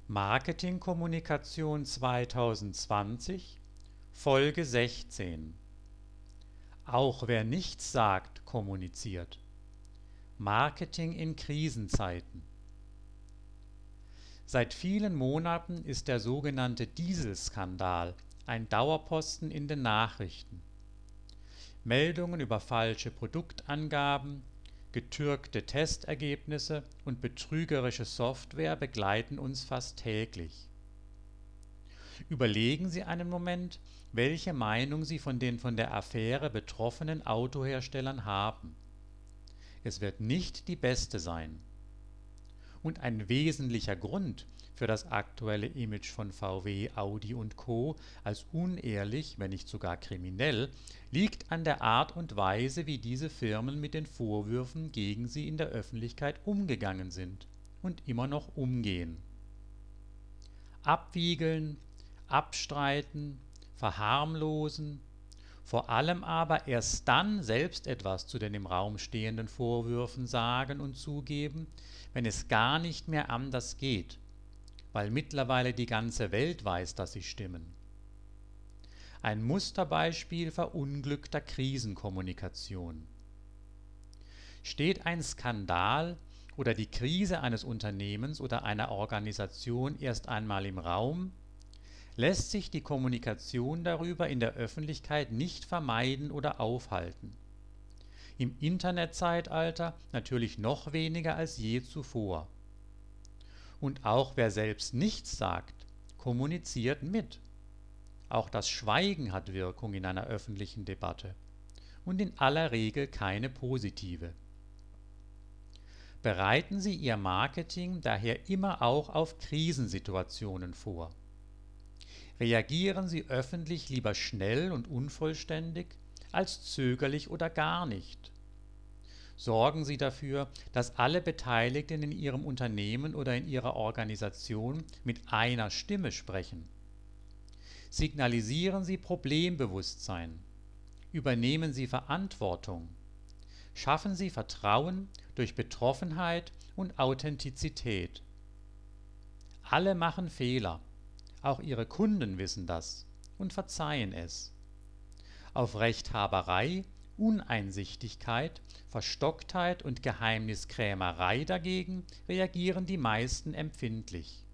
Marketingkommunikation 2020, Folge 16. Auch wer nichts sagt, kommuniziert. Marketing in Krisenzeiten. Seit vielen Monaten ist der sogenannte Dieselskandal ein Dauerposten in den Nachrichten. Meldungen über falsche Produktangaben, getürkte Testergebnisse und betrügerische Software begleiten uns fast täglich. Überlegen Sie einen Moment, welche Meinung Sie von den von der Affäre betroffenen Autoherstellern haben. Es wird nicht die beste sein. Und ein wesentlicher Grund für das aktuelle Image von VW, Audi und Co. als unehrlich, wenn nicht sogar kriminell, liegt an der Art und Weise, wie diese Firmen mit den Vorwürfen gegen sie in der Öffentlichkeit umgegangen sind und immer noch umgehen. Abwiegeln, abstreiten, verharmlosen, vor allem aber erst dann selbst etwas zu den im Raum stehenden Vorwürfen sagen und zugeben, wenn es gar nicht mehr anders geht, weil mittlerweile die ganze Welt weiß, dass sie stimmen. Ein Musterbeispiel verunglückter Krisenkommunikation. Steht ein Skandal oder die Krise eines Unternehmens oder einer Organisation erst einmal im Raum, lässt sich die Kommunikation darüber in der Öffentlichkeit nicht vermeiden oder aufhalten. Im Internetzeitalter natürlich noch weniger als je zuvor. Und auch wer selbst nichts sagt, kommuniziert mit. Auch das Schweigen hat Wirkung in einer öffentlichen Debatte und in aller Regel keine positive. Bereiten Sie Ihr Marketing daher immer auch auf Krisensituationen vor. Reagieren Sie öffentlich lieber schnell und unvollständig als zögerlich oder gar nicht. Sorgen Sie dafür, dass alle Beteiligten in Ihrem Unternehmen oder in Ihrer Organisation mit einer Stimme sprechen. Signalisieren Sie Problembewusstsein. Übernehmen Sie Verantwortung. Schaffen Sie Vertrauen durch Betroffenheit und Authentizität. Alle machen Fehler. Auch Ihre Kunden wissen das und verzeihen es. Auf Rechthaberei, Uneinsichtigkeit, Verstocktheit und Geheimniskrämerei dagegen reagieren die meisten empfindlich.